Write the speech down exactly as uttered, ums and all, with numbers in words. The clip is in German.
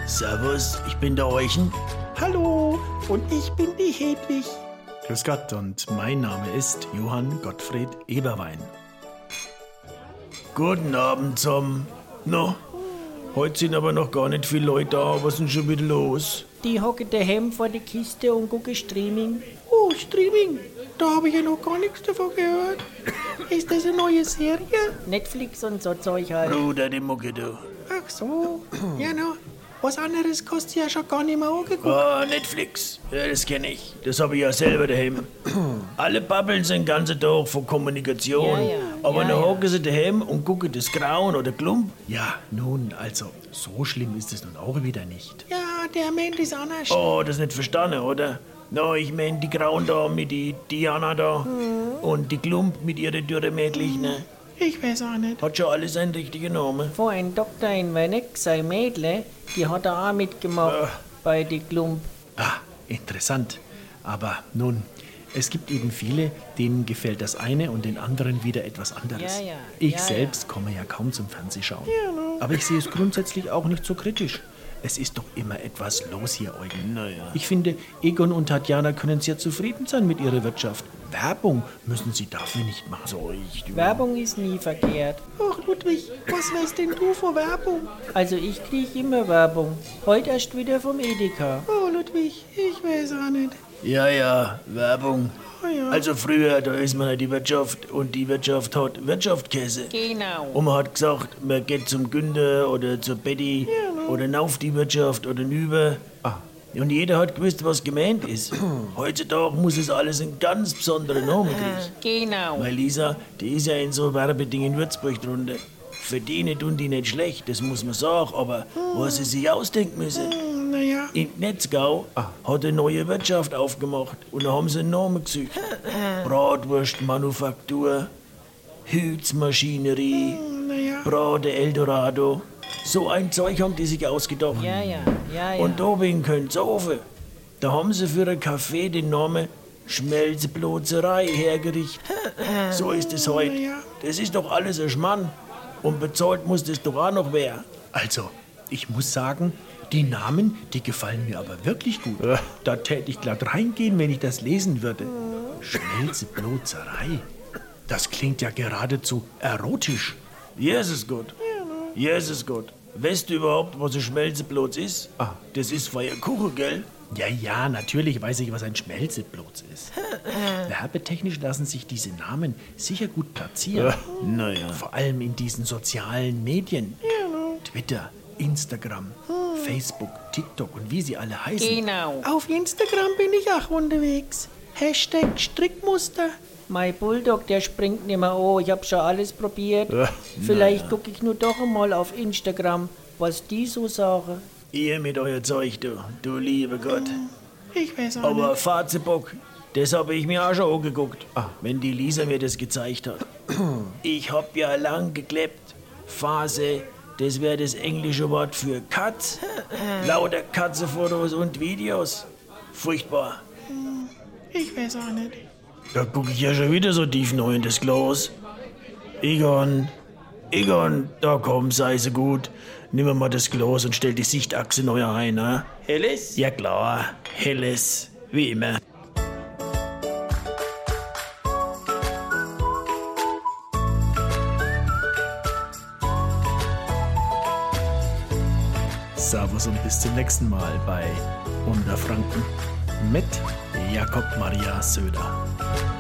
Servus, ich bin der Euchen. Hallo, und ich bin die Hedwig. Grüß Gott, und mein Name ist Johann Gottfried Eberwein. Guten Abend zusammen. No, heute sind aber noch gar nicht viele Leute da. Was ist denn schon wieder los? Die hocken daheim vor der Kiste und gucken Streaming. Oh, Streaming? Da habe ich ja noch gar nichts davon gehört. Ist das eine neue Serie? Netflix und so Zeug halt. Bruder, die Mucke, du. Ach so, ja no. Was anderes kostet ja schon gar nicht mehr angeguckt. Ah, Netflix. Ja, das kenne ich. Das habe ich ja selber daheim. Alle babbeln den ganzen Tag von Kommunikation. Ja, ja. Aber Ja, dann ja. hocken sie daheim und gucken das Grauen oder Klump. Ja, nun, also, so schlimm ist es nun auch wieder nicht. Ja, der Mensch ist anders. Oh, das nicht verstanden, oder? No, ich mein die Grauen da mit die Diana da. Und die Klump mit ihren dürren Mädchen. Ne? Ich weiß auch nicht. Hat schon alles seinen richtigen Namen. Vor ein Doktor in Werneck, sein Mädle, die hat da auch mitgemacht Äh. bei die Klump. Ah, interessant. Aber nun, es gibt eben viele, denen gefällt das eine und den anderen wieder etwas anderes. Ja, ja. Ich Ja, selbst komme ja kaum zum Fernsehschauen. Aber ich sehe es grundsätzlich auch nicht so kritisch. Es ist doch immer etwas los hier, Eugen. Naja. Ich finde, Egon und Tatjana können sehr zufrieden sein mit ihrer Wirtschaft. Werbung müssen sie dafür nicht machen. So, ich, du. Werbung ist nie verkehrt. Ach, Ludwig, was weißt denn du von Werbung? Also ich krieg immer Werbung. Heute erst wieder vom Edeka. Oh, Ludwig, ich weiß auch nicht. Ja, ja, Werbung. Oh, ja. Also früher, da ist man halt die Wirtschaft und die Wirtschaft hat Wirtschaftskäse. Genau. Und man hat gesagt, man geht zum Günther oder zur Betty oder auf die Wirtschaft oder nüber. Ah. Und jeder hat gewusst, was gemeint ist. Heutzutage muss es alles einen ganz besonderen Namen kriegen. Genau. Weil Lisa, die ist ja in so Werbedingen in Würzburg drunter. Verdienen tun die nicht schlecht, das muss man sagen, aber was sie sich ausdenken müssen. Naja. In Netzgau hat eine neue Wirtschaft aufgemacht und da haben sie einen Namen gesucht. Bratwurstmanufaktur, Hützmaschinerie, Naja. Brate Eldorado. So ein Zeug haben die sich ausgedacht. Ja, ja, ja, ja. Und da bin Köln-Zofe. Da haben sie für ein Café den Namen Schmelzblotzerei hergerichtet. So ist es heute. Ja. Das ist doch alles ein Schmann. Und bezahlt muss das doch auch noch wer. Also, ich muss sagen, die Namen, die gefallen mir aber wirklich gut. Da täte ich glatt reingehen, wenn ich das lesen würde. Schmelzblotzerei. Das klingt ja geradezu erotisch. Jesus Gott. Jesus Gott. Weißt du überhaupt, was ein Schmelzeblotz ist? Ah. Das ist Feierkuchen, gell? Ja, ja, natürlich weiß ich, was ein Schmelzeblotz ist. Werbetechnisch lassen sich diese Namen sicher gut platzieren. Naja. Vor allem in diesen sozialen Medien. Twitter, Instagram, Facebook, TikTok und wie sie alle heißen. Genau. Auf Instagram bin ich auch unterwegs. Hashtag Strickmuster. Mein Bulldog, der springt nicht mehr an. Ich hab schon alles probiert. Vielleicht gucke ich nur doch einmal auf Instagram, was die so sagen. Ihr mit euer Zeug, du. Du liebe Gott. Ich weiß auch Aber Fahrzeebock, das habe ich mir auch schon angeguckt, wenn die Lisa mir das gezeigt hat. Ich hab ja lang geklebt. Phase, das wäre das englische Wort für Katz. Lauter Katzenfotos und Videos. Furchtbar. Ich weiß auch nicht. Da guck ich ja schon wieder so tief neu in das Glas. Egon, Egon, da komm, sei so gut. Nimm mal das Glas und stell die Sichtachse neu ein, ne? Helles? Ja klar, helles, wie immer. Servus und bis zum nächsten Mal bei Unterfranken mit Jakob Maria Söder.